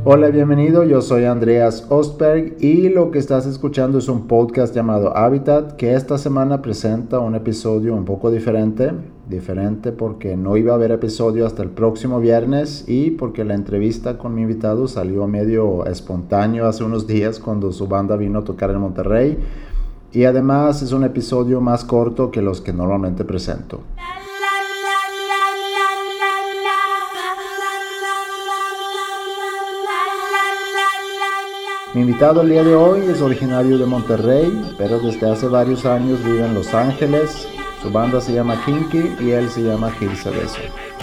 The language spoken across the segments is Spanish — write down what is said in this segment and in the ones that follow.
Hola, bienvenido, yo soy Andreas Ostberg y lo que estás escuchando es un podcast llamado Habitat que esta semana presenta un episodio un poco diferente porque no iba a haber episodio hasta el próximo viernes y porque la entrevista con mi invitado salió medio espontáneo hace unos días cuando su banda vino a tocar en Monterrey y además es un episodio más corto que los que normalmente presento. Mi invitado el día de hoy es originario de Monterrey, pero desde hace varios años vive en Los Ángeles. Su banda se llama Kinky y él se llama Gil Cebeso.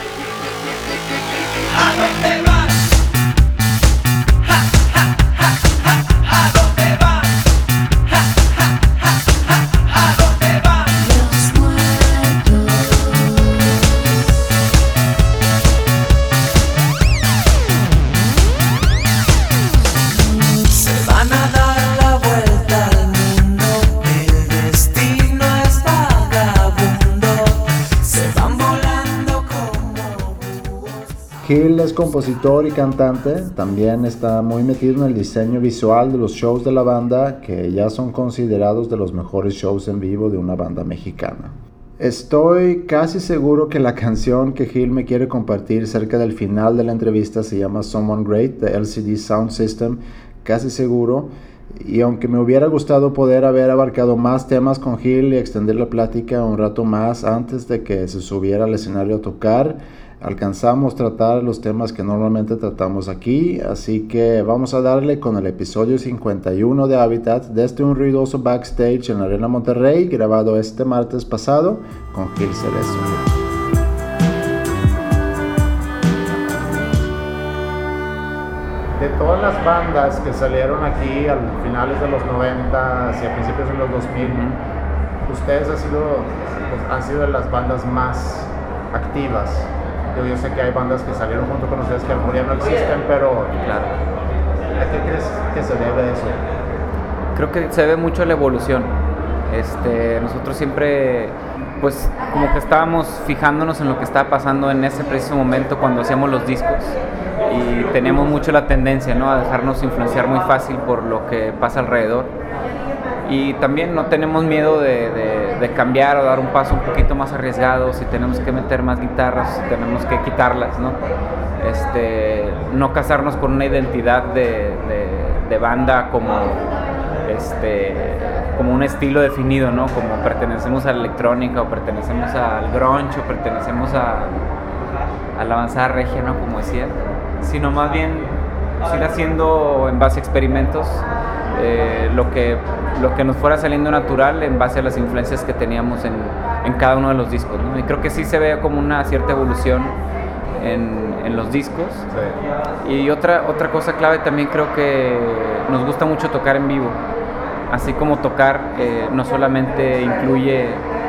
¿A dónde vas? Ja, ja, ja, ja, ja. ¿A dónde vas? Ja, ja, ja, ja, ja. ¿A dónde vas? Los muertos se van a dar la vuelta al mundo. El destino es vagabundo. Se van volando como búhos. Gil es compositor y cantante, también está muy metido en el diseño visual de los shows de la banda, que ya son considerados de los mejores shows en vivo de una banda mexicana. Estoy casi seguro que la canción que Gil me quiere compartir cerca del final de la entrevista se llama Someone Great de LCD Sound System, casi seguro. Y aunque me hubiera gustado poder haber abarcado más temas con Gil y extender la plática un rato más antes de que se subiera al escenario a tocar, alcanzamos a tratar los temas que normalmente tratamos aquí, así que vamos a darle con el episodio 51 de Habitat desde un ruidoso backstage en la Arena Monterrey, grabado este martes pasado con Gil Cebeso. De todas las bandas que salieron aquí a finales de los 90 y a principios de los 2000, ustedes han sido de las bandas más activas. Yo sé que hay bandas que salieron junto con ustedes que a lo mejor ya no existen, pero Claro. ¿a qué crees que se debe eso? Creo que se ve mucho la evolución. Nosotros siempre, pues, como que estábamos fijándonos en lo que estaba pasando en ese preciso momento cuando hacíamos los discos y teníamos mucho la tendencia, ¿no?, a dejarnos influenciar muy fácil por lo que pasa alrededor. Y también no tenemos miedo de cambiar o dar un paso un poquito más arriesgado. Si tenemos que meter más guitarras, tenemos que quitarlas, ¿no? No casarnos con una identidad de banda como un estilo definido, ¿no? Como pertenecemos a la electrónica o pertenecemos al grunge o pertenecemos a la avanzada regia, ¿no?, como decía, sino más bien ir haciendo en base a experimentos lo que nos fuera saliendo natural en base a las influencias que teníamos en cada uno de los discos, ¿no? Y creo que sí se ve como una cierta evolución en los discos. Sí. Y otra cosa clave también, creo que nos gusta mucho tocar en vivo. Así como tocar no solamente incluye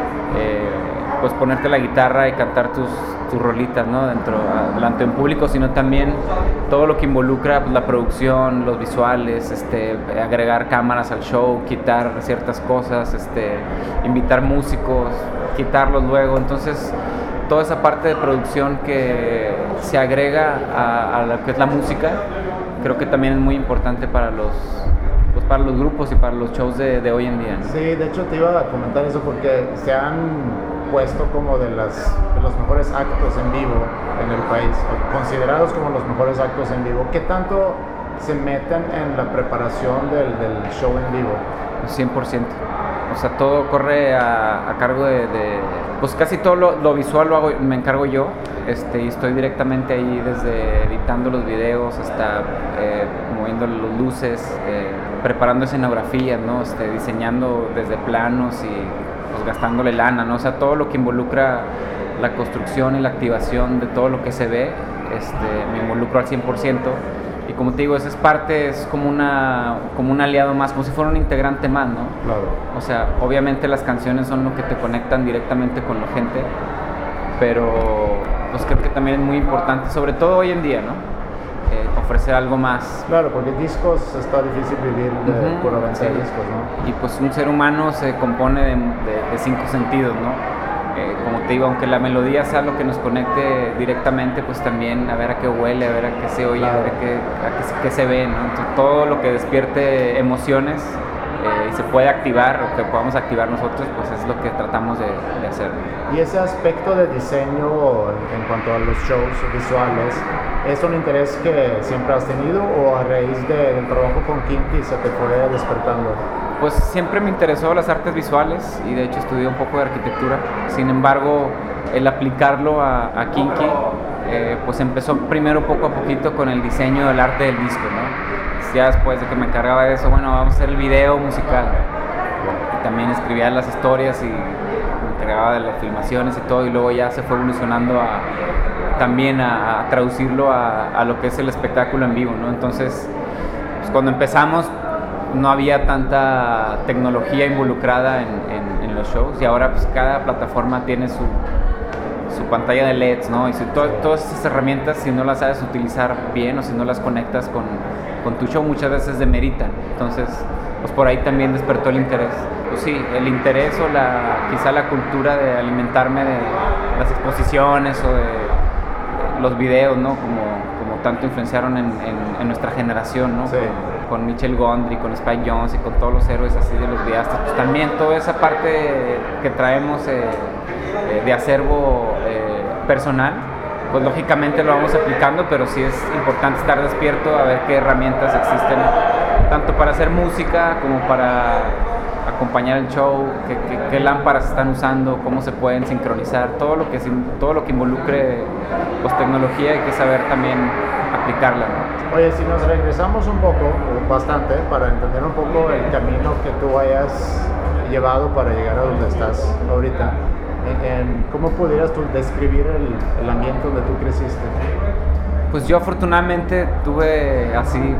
pues ponerte la guitarra y cantar tus rolitas, ¿no?, delante de un público, sino también todo lo que involucra, pues, la producción, los visuales, agregar cámaras al show, quitar ciertas cosas, invitar músicos, quitarlos luego. Entonces, toda esa parte de producción que se agrega a lo que es la música, creo que también es muy importante para los grupos y para los shows de hoy en día, ¿no? Sí, de hecho te iba a comentar eso porque se han puesto como de los mejores actos en vivo en el país, considerados como los mejores actos en vivo. ¿Qué tanto se meten en la preparación del show en vivo? 100%. O sea, todo corre a cargo pues casi todo lo visual me encargo yo, y estoy directamente ahí desde editando los videos hasta moviendo las luces, preparando escenografías, ¿no?, diseñando desde planos y pues gastándole lana, ¿no? O sea, todo lo que involucra la construcción y la activación de todo lo que se ve, me involucro al 100%. Y como te digo, esa es parte, es como un aliado más, como si fuera un integrante más, ¿no? Claro. O sea, obviamente las canciones son lo que te conectan directamente con la gente, pero pues creo que también es muy importante, sobre todo hoy en día, ¿no?, ofrecer algo más. Claro, porque discos está difícil vivir de pura venta de discos, ¿no? Y pues un ser humano se compone de 5 sentidos, ¿no? Como te digo, aunque la melodía sea lo que nos conecte directamente, pues también a ver a qué huele, a ver a qué se oye, a ver a qué se ve, ¿no? Entonces, todo lo que despierte emociones y se puede activar o que podamos activar nosotros, pues es lo que tratamos de hacer. Y ese aspecto de diseño en cuanto a los shows visuales, ¿es un interés que siempre has tenido o a raíz del trabajo con Kinky se te fue despertando? Pues siempre me interesó las artes visuales y de hecho estudié un poco de arquitectura. Sin embargo, el aplicarlo a Kinky, pues empezó primero poco a poquito con el diseño del arte del disco, ¿no? Ya después de que me encargaba de eso, bueno, vamos a hacer el video musical. Y también escribía las historias y me encargaba de las filmaciones y todo, y luego ya se fue evolucionando también a traducirlo a lo que es el espectáculo en vivo, ¿no? Entonces, pues cuando empezamos no había tanta tecnología involucrada en los shows, y ahora pues cada plataforma tiene su pantalla de LEDs, ¿no? Y todas esas herramientas, si no las sabes utilizar bien o si no las conectas con tu show, muchas veces demeritan. Entonces, pues por ahí también despertó el interés. Pues sí, el interés o quizá la cultura de alimentarme de las exposiciones o de los videos, ¿no? Como tanto influenciaron en nuestra generación, ¿no? Sí. Con Michel Gondry, con Spike Jonze y con todos los héroes así de los videastas, pues también toda esa parte que traemos de acervo personal, pues lógicamente lo vamos aplicando, pero sí es importante estar despierto a ver qué herramientas existen, tanto para hacer música como para acompañar el show, qué lámparas están usando, cómo se pueden sincronizar, todo lo que involucre pues, tecnología, hay que saber también aplicarla, ¿no? Oye, si nos regresamos un poco, bastante, para entender un poco el camino que tú hayas llevado para llegar a donde estás ahorita, ¿cómo pudieras tú describir el ambiente donde tú creciste? Pues yo afortunadamente tuve así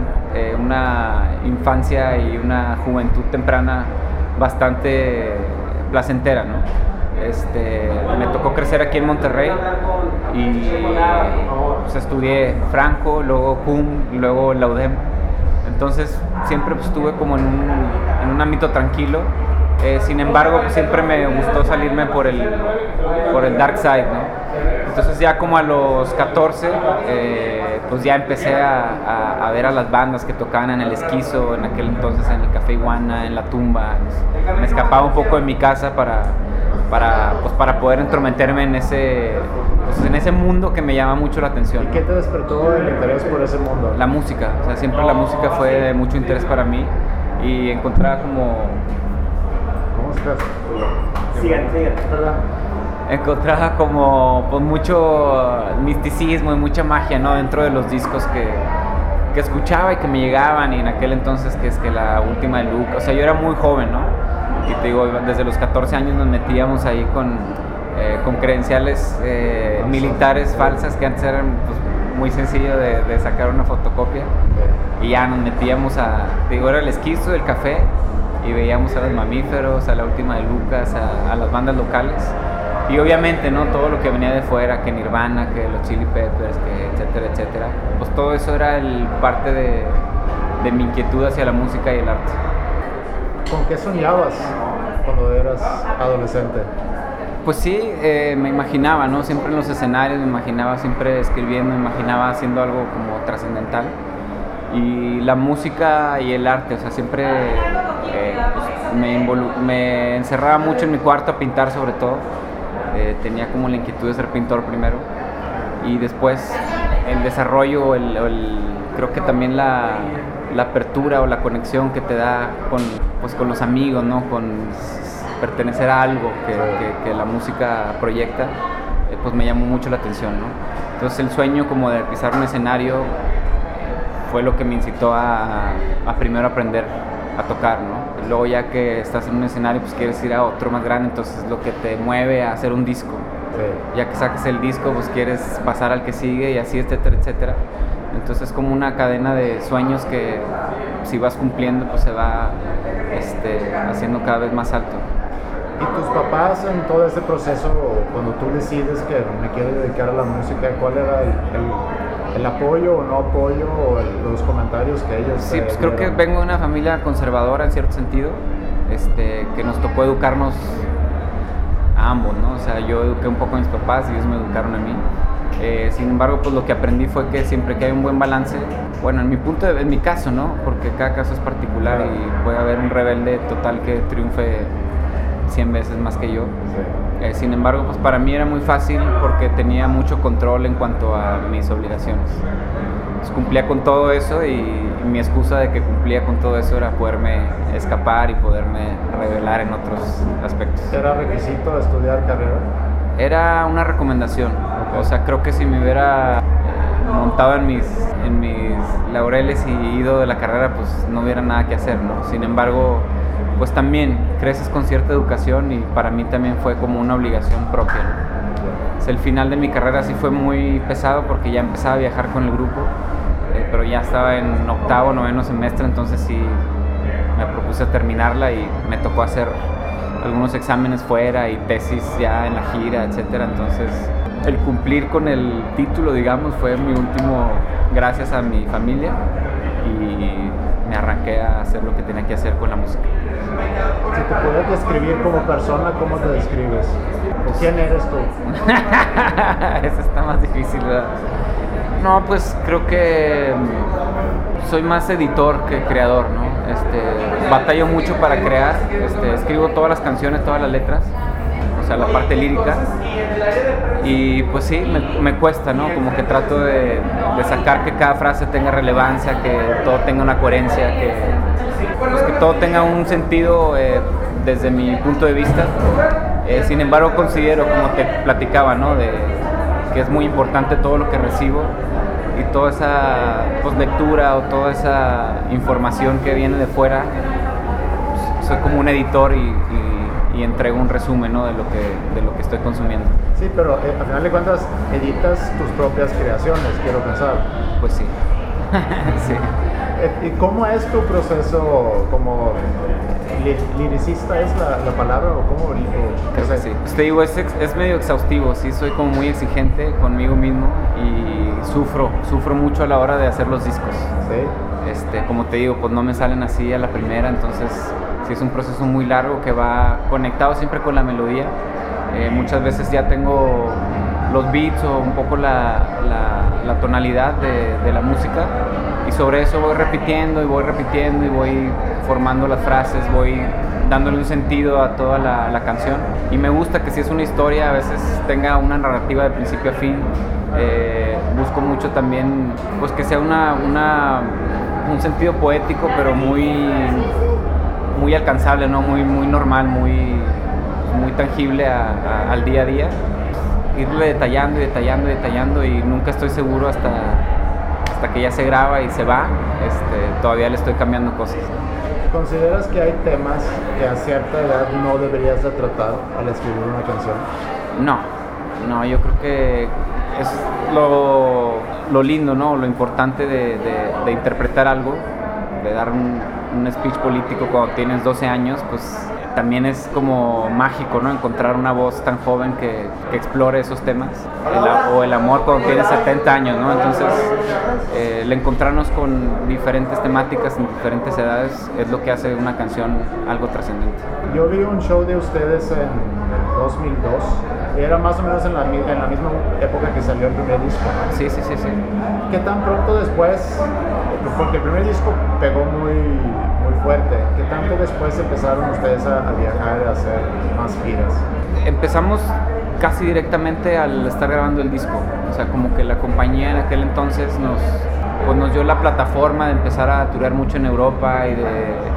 una infancia y una juventud temprana bastante placentera, ¿no? Me tocó crecer aquí en Monterrey y pues, estudié Franco, luego CUM, luego la UDEM. Entonces siempre pues, estuve como en un ámbito tranquilo. Sin embargo, pues, siempre me gustó salirme por el dark side, ¿no? Entonces ya como a los 14, pues ya empecé a ver a las bandas que tocaban en el Esquizo, en aquel entonces en el Café Iguana, en La Tumba. Me escapaba un poco de mi casa para poder entrometerme en ese mundo que me llama mucho la atención. ¿Y qué te despertó el interés por ese mundo? La música, o sea, siempre la música fue de mucho interés para mí y encontraba como... ¿Cómo estás? Sigan. ¿Verdad? Encontraba como pues, mucho misticismo y mucha magia, ¿no? Dentro de los discos que escuchaba y que me llegaban, y en aquel entonces que es que la última de Luke, o sea, yo era muy joven, ¿no? Y te digo, desde los 14 años nos metíamos ahí con credenciales militares falsas que antes eran pues, muy sencillo de sacar una fotocopia, y ya nos metíamos te digo, era el Esquizo, el café, y veíamos a los Mamíferos, a la última de Lucas, a las bandas locales. Y obviamente, ¿no? Todo lo que venía de fuera, que Nirvana, que los Chili Peppers, que etcétera, etcétera. Pues todo eso era parte de mi inquietud hacia la música y el arte. ¿Con qué soñabas cuando eras adolescente? Pues sí, me imaginaba, ¿no? Siempre en los escenarios, me imaginaba siempre escribiendo, me imaginaba haciendo algo como trascendental. Y la música y el arte, o sea, siempre pues me encerraba mucho en mi cuarto a pintar sobre todo. Tenía como la inquietud de ser pintor primero, y después el desarrollo, creo que también la apertura o la conexión que te da con los amigos, ¿no? Con pertenecer a algo que la música proyecta, pues me llamó mucho la atención, ¿no? Entonces el sueño como de pisar un escenario fue lo que me incitó a primero aprender a tocar, ¿no? Luego ya que estás en un escenario, pues quieres ir a otro más grande, entonces lo que te mueve a hacer un disco. Sí. Ya que saques el disco, pues quieres pasar al que sigue y así, etcétera, etcétera. Entonces es como una cadena de sueños que si vas cumpliendo, pues se va haciendo cada vez más alto. ¿Y tus papás en todo este proceso, cuando tú decides que me quiero dedicar a la música, cuál era el apoyo o no apoyo o los comentarios que ellos Sí, pues creo que vengo de una familia conservadora en cierto sentido, que nos tocó educarnos a ambos, ¿no? O sea, yo eduqué un poco a mis papás y ellos me educaron a mí. Sin embargo, pues lo que aprendí fue que siempre que hay un buen balance, bueno, en mi caso, ¿no? Porque cada caso es particular y puede haber un rebelde total que triunfe 100 veces más que yo. Sin embargo, pues para mí era muy fácil porque tenía mucho control en cuanto a mis obligaciones. Entonces, cumplía con todo eso y mi excusa de que cumplía con todo eso era poderme escapar y poderme revelar en otros aspectos. ¿Era requisito estudiar carrera? Era una recomendación. O sea, creo que si me hubiera montado en mis laureles y ido de la carrera, pues no hubiera nada que hacer, ¿no? Sin embargo, pues también creces con cierta educación y para mí también fue como una obligación propia, ¿no? O sea, el final de mi carrera sí fue muy pesado porque ya empezaba a viajar con el grupo, pero ya estaba en octavo, noveno semestre, entonces sí me propuse terminarla y me tocó hacer algunos exámenes fuera y tesis ya en la gira, etcétera. Entonces el cumplir con el título, digamos, fue mi último gracias a mi familia y me arranqué a hacer lo que tenía que hacer con la música. Si te pudieras describir como persona, ¿cómo te describes? ¿O quién eres tú? Eso está más difícil, ¿verdad? No, pues creo que soy más editor que creador, ¿no? Batallo mucho para crear, escribo todas las canciones, todas las letras, o sea, la parte lírica, y pues sí, me cuesta, ¿no? Como que trato de sacar que cada frase tenga relevancia, que todo tenga una coherencia, que todo tenga un sentido desde mi punto de vista. Sin embargo, considero, como te platicaba, ¿no? Que es muy importante todo lo que recibo y toda esa lectura o toda esa información que viene de fuera. Pues, soy como un editor y entrego un resumen, ¿no? de lo que estoy consumiendo. Sí, pero al final de cuentas editas tus propias creaciones, quiero pensar. Pues sí. Sí. ¿Y cómo es tu proceso como liricista? ¿Es la palabra o cómo? Creo que sí. Te digo, es medio exhaustivo, sí, soy como muy exigente conmigo mismo y sufro mucho a la hora de hacer los discos. Sí. Como te digo, pues no me salen así a la primera, entonces sí es un proceso muy largo que va conectado siempre con la melodía. Muchas veces ya tengo los beats o un poco la tonalidad de la música y sobre eso voy repitiendo y voy formando las frases, voy dándole un sentido a toda la canción y me gusta que si es una historia a veces tenga una narrativa de principio a fin. Busco mucho también pues que sea un sentido poético pero muy alcanzable, ¿no? Muy normal, muy tangible al día a día, irle detallando y nunca estoy seguro hasta que ya se graba y se va, todavía le estoy cambiando cosas. ¿Consideras que hay temas que a cierta edad no deberías de tratar al escribir una canción? No, yo creo que es lo lindo, ¿no? Lo importante de interpretar algo, de dar un speech político cuando tienes 12 años, pues también es como mágico, ¿no? Encontrar una voz tan joven que explore esos temas, o el amor cuando tienes 70 años, ¿no? Entonces, el encontrarnos con diferentes temáticas en diferentes edades es lo que hace una canción algo trascendente. Yo vi un show de ustedes en el 2002, era más o menos en la misma época que salió el primer disco, ¿no? Sí. ¿Qué tan pronto después, porque el primer disco pegó muy fuerte, qué tanto después empezaron ustedes a viajar y a hacer más giras? Empezamos casi directamente al estar grabando el disco, o sea, como que la compañía en aquel entonces nos dio la plataforma de empezar a turear mucho en Europa y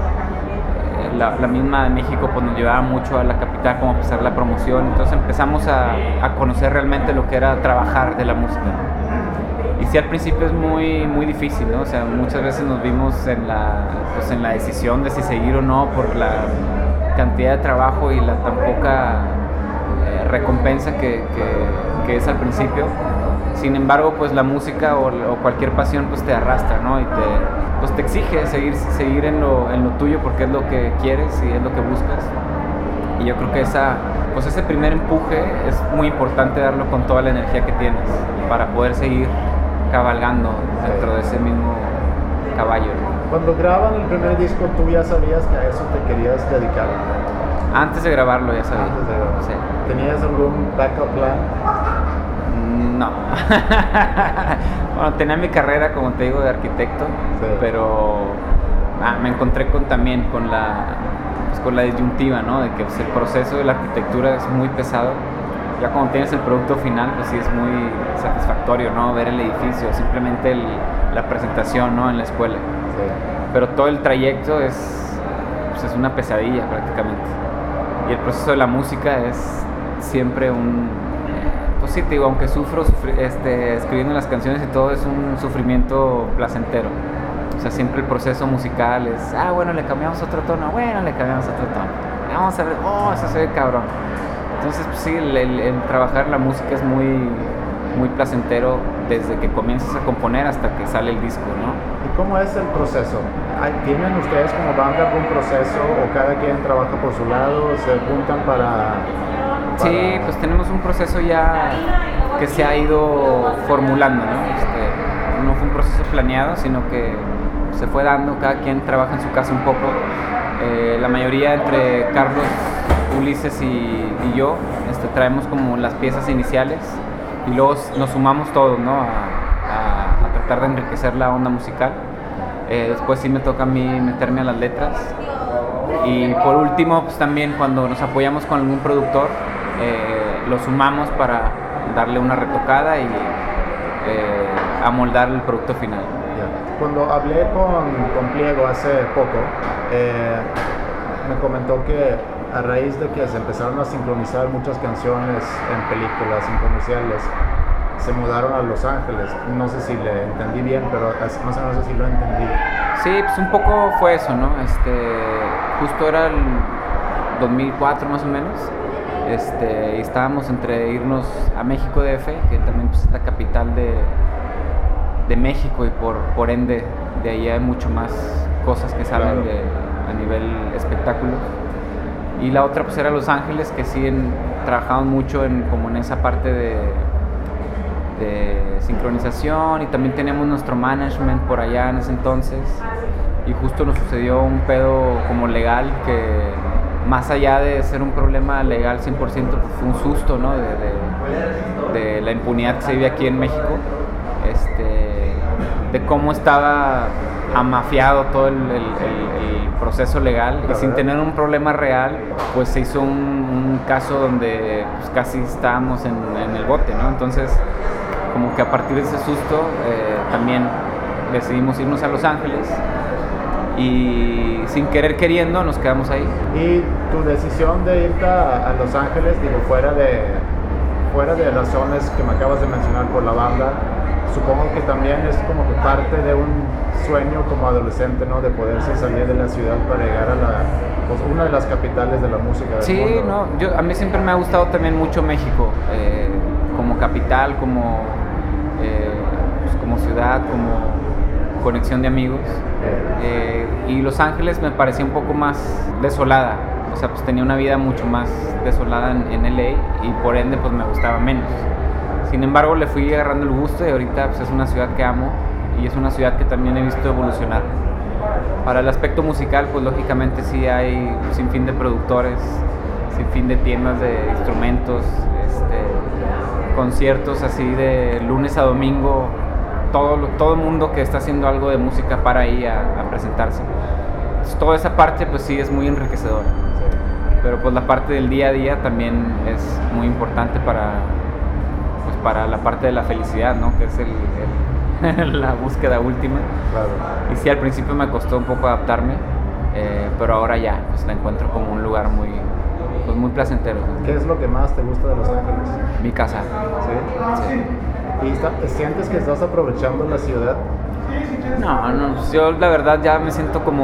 la misma de México pues nos llevaba mucho a la capital como a empezar la promoción, entonces empezamos a conocer realmente lo que era trabajar de la música. Y sí, al principio es muy difícil, ¿no? O sea, muchas veces nos vimos en la decisión de si seguir o no por la cantidad de trabajo y la tan poca recompensa que es al principio. Sin embargo, pues la música o cualquier pasión pues te arrastra, ¿no? Y te exige seguir en lo tuyo porque es lo que quieres y es lo que buscas. Y yo creo que ese primer empuje es muy importante darlo con toda la energía que tienes para poder seguir cabalgando dentro de ese mismo caballo, ¿no? Cuando graban el primer disco, ¿tú ya sabías que a eso te querías dedicar? Antes de grabarlo ya sabía. Antes de grabarlo. Sí. ¿Tenías algún backup plan? No. Bueno, tenía mi carrera, como te digo, de arquitecto, Sí. pero me encontré también con la disyuntiva, ¿no? De que pues, el proceso de la arquitectura es muy pesado. Ya cuando tienes el producto final, pues sí es muy satisfactorio, ¿no? Ver el edificio, simplemente la presentación, ¿no? En la escuela. Sí. Pero todo el trayecto es una pesadilla prácticamente. Y el proceso de la música es siempre pues sí, te digo, aunque sufro escribiendo las canciones y todo, es un sufrimiento placentero. O sea, siempre el proceso musical es, bueno, le cambiamos otro tono, vamos a ver, eso se ve cabrón. Entonces, pues sí, el trabajar la música es muy, muy placentero desde que comienzas a componer hasta que sale el disco, ¿no? ¿Y cómo es el proceso? ¿Tienen ustedes como banda algún proceso o cada quien trabaja por su lado? ¿Se juntan para...? Sí, pues tenemos un proceso ya que se ha ido formulando, ¿no? No fue un proceso planeado, sino que se fue dando, cada quien trabaja en su casa un poco. La mayoría entre Carlos, Ulises y yo traemos como las piezas iniciales y luego nos sumamos todos, ¿no? a tratar de enriquecer la onda musical. Después sí me toca a mí meterme a las letras. Y por último, pues también cuando nos apoyamos con algún productor, lo sumamos para darle una retocada y amoldar el producto final. Cuando hablé con Pliego hace poco, me comentó que a raíz de que se empezaron a sincronizar muchas canciones en películas, en comerciales, se mudaron a Los Ángeles. No sé si le entendí bien, pero más o menos así lo entendí. Sí, pues un poco fue eso, ¿no? Justo era el 2004 más o menos. Y estábamos entre irnos a México DF, que también pues, es la capital de México y por ende de ahí hay mucho más cosas que salen a nivel espectáculo. Y la otra pues era Los Ángeles, que sí trabajaban mucho como en esa parte de sincronización, y también teníamos nuestro management por allá en ese entonces, y justo nos sucedió un pedo como legal que más allá de ser un problema legal 100%, pues fue un susto, ¿no? de la impunidad que se vive aquí en México, de cómo estaba amafiado todo el proceso legal, y sin tener un problema real, pues se hizo un caso donde pues, casi estábamos en el bote, ¿no? Entonces, como que a partir de ese susto, también decidimos irnos a Los Ángeles, y sin querer queriendo nos quedamos ahí. Y tu decisión de irte a Los Ángeles, digo, fuera de razones que me acabas de mencionar por la banda, supongo que también es como que parte de un sueño como adolescente, ¿no? De poderse salir de la ciudad para llegar a pues, una de las capitales de la música del mundo. Sí, no, a mí siempre me ha gustado también mucho México, como capital, pues, como ciudad, como conexión de amigos. Y Los Ángeles me parecía un poco más desolada, o sea, pues tenía una vida mucho más desolada en LA, y por ende pues me gustaba menos. Sin embargo, le fui agarrando el gusto, y ahorita pues, es una ciudad que amo, y es una ciudad que también he visto evolucionar. Para el aspecto musical, pues lógicamente sí hay un sinfín de productores, sinfín de tiendas de instrumentos, conciertos así de lunes a domingo, todo el mundo que está haciendo algo de música para ahí a presentarse. Entonces, toda esa parte pues sí es muy enriquecedora. Pero pues la parte del día a día también es muy importante para la parte de la felicidad, ¿no? Que es la búsqueda última. Claro. Y sí, al principio me costó un poco adaptarme, pero ahora ya pues la encuentro como un lugar muy placentero. ¿Qué es lo que más te gusta de Los Ángeles? Mi casa. Sí. ¿Y sientes que estás aprovechando la ciudad? No, pues yo la verdad ya me siento como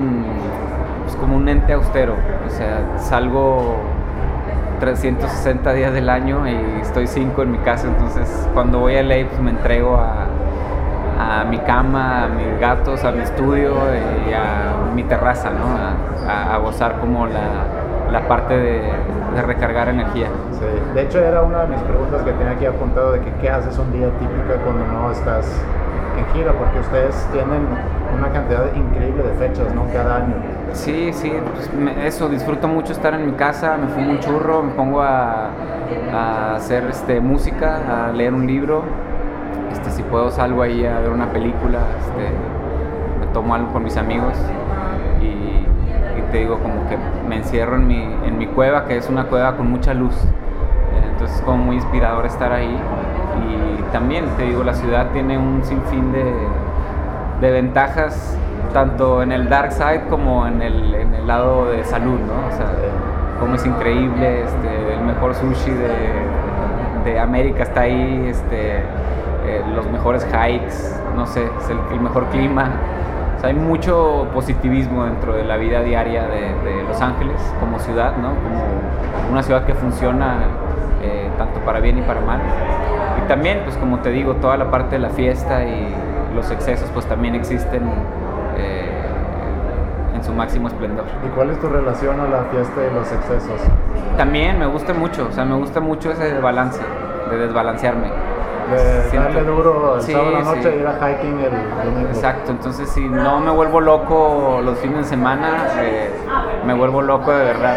un ente austero. O sea, salgo 360 días del año y estoy 5 en mi casa. Entonces, cuando voy a LA, pues me entrego a mi cama, a mis gatos, a mi estudio y a mi terraza, ¿no? A gozar como la parte de recargar energía. Sí. De hecho, era una de mis preguntas que tenía aquí apuntado, de que qué haces un día típico cuando no estás en gira, porque ustedes tienen una cantidad increíble de fechas, ¿no? Cada año. Sí, pues eso, disfruto mucho estar en mi casa, me fumo un churro, me pongo a hacer música, a leer un libro, si puedo salgo ahí a ver una película, me tomo algo con mis amigos y te digo, como que me encierro en mi cueva, que es una cueva con mucha luz, entonces es como muy inspirador estar ahí. Y también te digo, la ciudad tiene un sinfín de ventajas, tanto en el dark side como en el lado de salud, ¿no? O sea, como es increíble, el mejor sushi de América está ahí, los mejores hikes, no sé, es el mejor clima. O sea, hay mucho positivismo dentro de la vida diaria de Los Ángeles como ciudad, ¿no? Como una ciudad que funciona tanto para bien y para mal. Y también, pues como te digo, toda la parte de la fiesta y los excesos pues también existen en su máximo esplendor. ¿Y cuál es tu relación a la fiesta y los excesos? También me gusta mucho, o sea, me gusta mucho ese balance, de desbalancearme. De darle duro el sábado a la noche sí. e ir a hiking el domingo. Exacto, entonces si no me vuelvo loco los fines de semana, me vuelvo loco de verdad.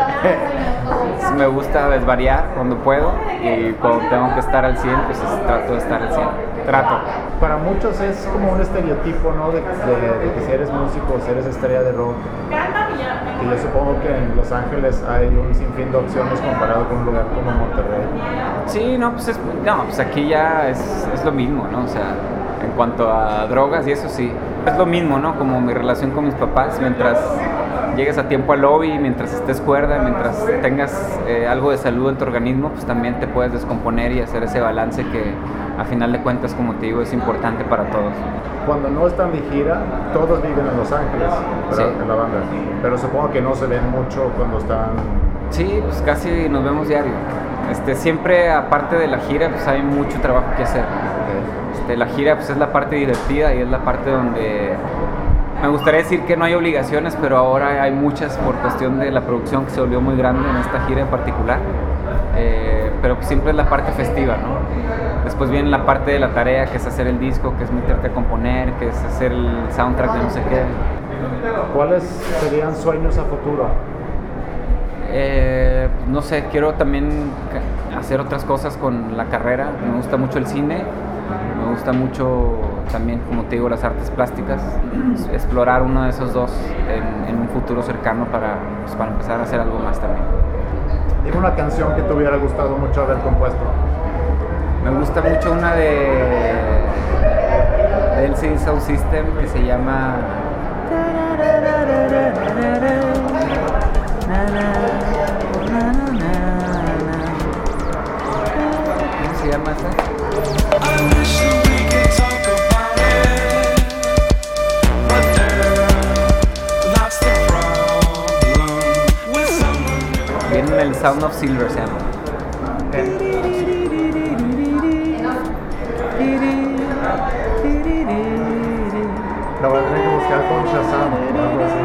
Me gusta desvariar cuando puedo y cuando tengo que estar al 100, pues trato de estar al 100. Para muchos es como un estereotipo, ¿no? De que si eres músico, si eres estrella de rock. Que yo supongo que en Los Ángeles hay un sinfín de opciones comparado con un lugar como Monterrey. Sí, no, pues aquí ya es lo mismo, ¿no? O sea, en cuanto a drogas y eso sí, es lo mismo, ¿no? Como mi relación con mis papás, mientras llegues a tiempo al lobby, mientras estés cuerda, mientras tengas algo de salud en tu organismo, pues también te puedes descomponer y hacer ese balance que a final de cuentas, como te digo, es importante para todos. Cuando no están de gira, todos viven en Los Ángeles, ¿verdad? Sí. En la banda. Pero supongo que no se ven mucho cuando están... Sí, pues casi nos vemos diario. Siempre, aparte de la gira, pues hay mucho trabajo que hacer. Okay. La gira pues es la parte divertida y es la parte donde me gustaría decir que no hay obligaciones, pero ahora hay muchas por cuestión de la producción que se volvió muy grande en esta gira en particular. Pero pues siempre es la parte festiva, ¿no? Después viene la parte de la tarea, que es hacer el disco, que es meterte a componer, que es hacer el soundtrack de no sé qué. ¿Cuáles serían sueños a futuro? No sé, quiero también hacer otras cosas con la carrera. Me gusta mucho el cine, me gusta mucho también, como te digo, las artes plásticas. Explorar uno de esos dos en un futuro cercano para empezar a hacer algo más también. Dime una canción que te hubiera gustado mucho haber compuesto. Me gusta mucho una de LCD Sound System que se llama ¿cómo se llama esa? Viene en el Sound of Silver, se llama. La voy a tener que buscar con Shazam o algo así.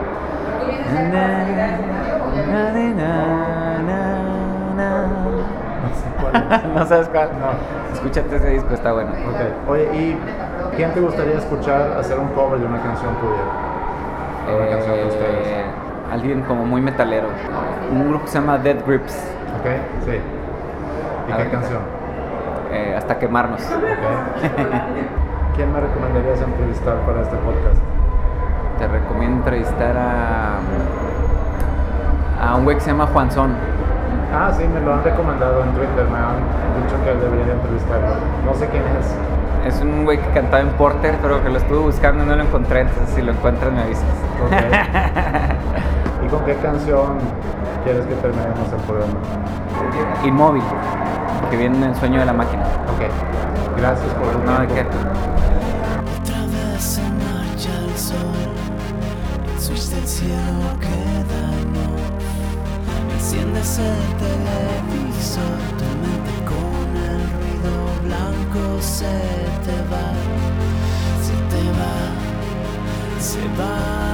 No sé cuál es. ¿No sabes cuál? No. Escúchate ese disco, está bueno. Ok. Oye, ¿y quién te gustaría escuchar hacer un cover de una canción tuya? Una canción de ustedes. Alguien como muy metalero. Un grupo que se llama Dead Grips. Ok, sí. ¿Y A qué ver. canción? Hasta quemarnos. Ok. ¿Quién me recomendarías entrevistar para este podcast? Te recomiendo entrevistar a un güey que se llama Juanzón. Ah, sí, me lo han recomendado en Twitter, me han dicho que debería entrevistarlo. No sé quién es. Es un güey que cantaba en Porter, pero que lo estuve buscando y no lo encontré, entonces si lo encuentras me avisas. Ok. ¿Y con qué canción quieres que terminemos el programa? Inmóvil, que viene en El Sueño de la Máquina. Ok. Gracias por el No, ¿de tiempo. qué? Otra vez se marcha el sol, el switch del cielo queda en off. Enciendes el televisor, tu mente con el ruido blanco se te va, se va.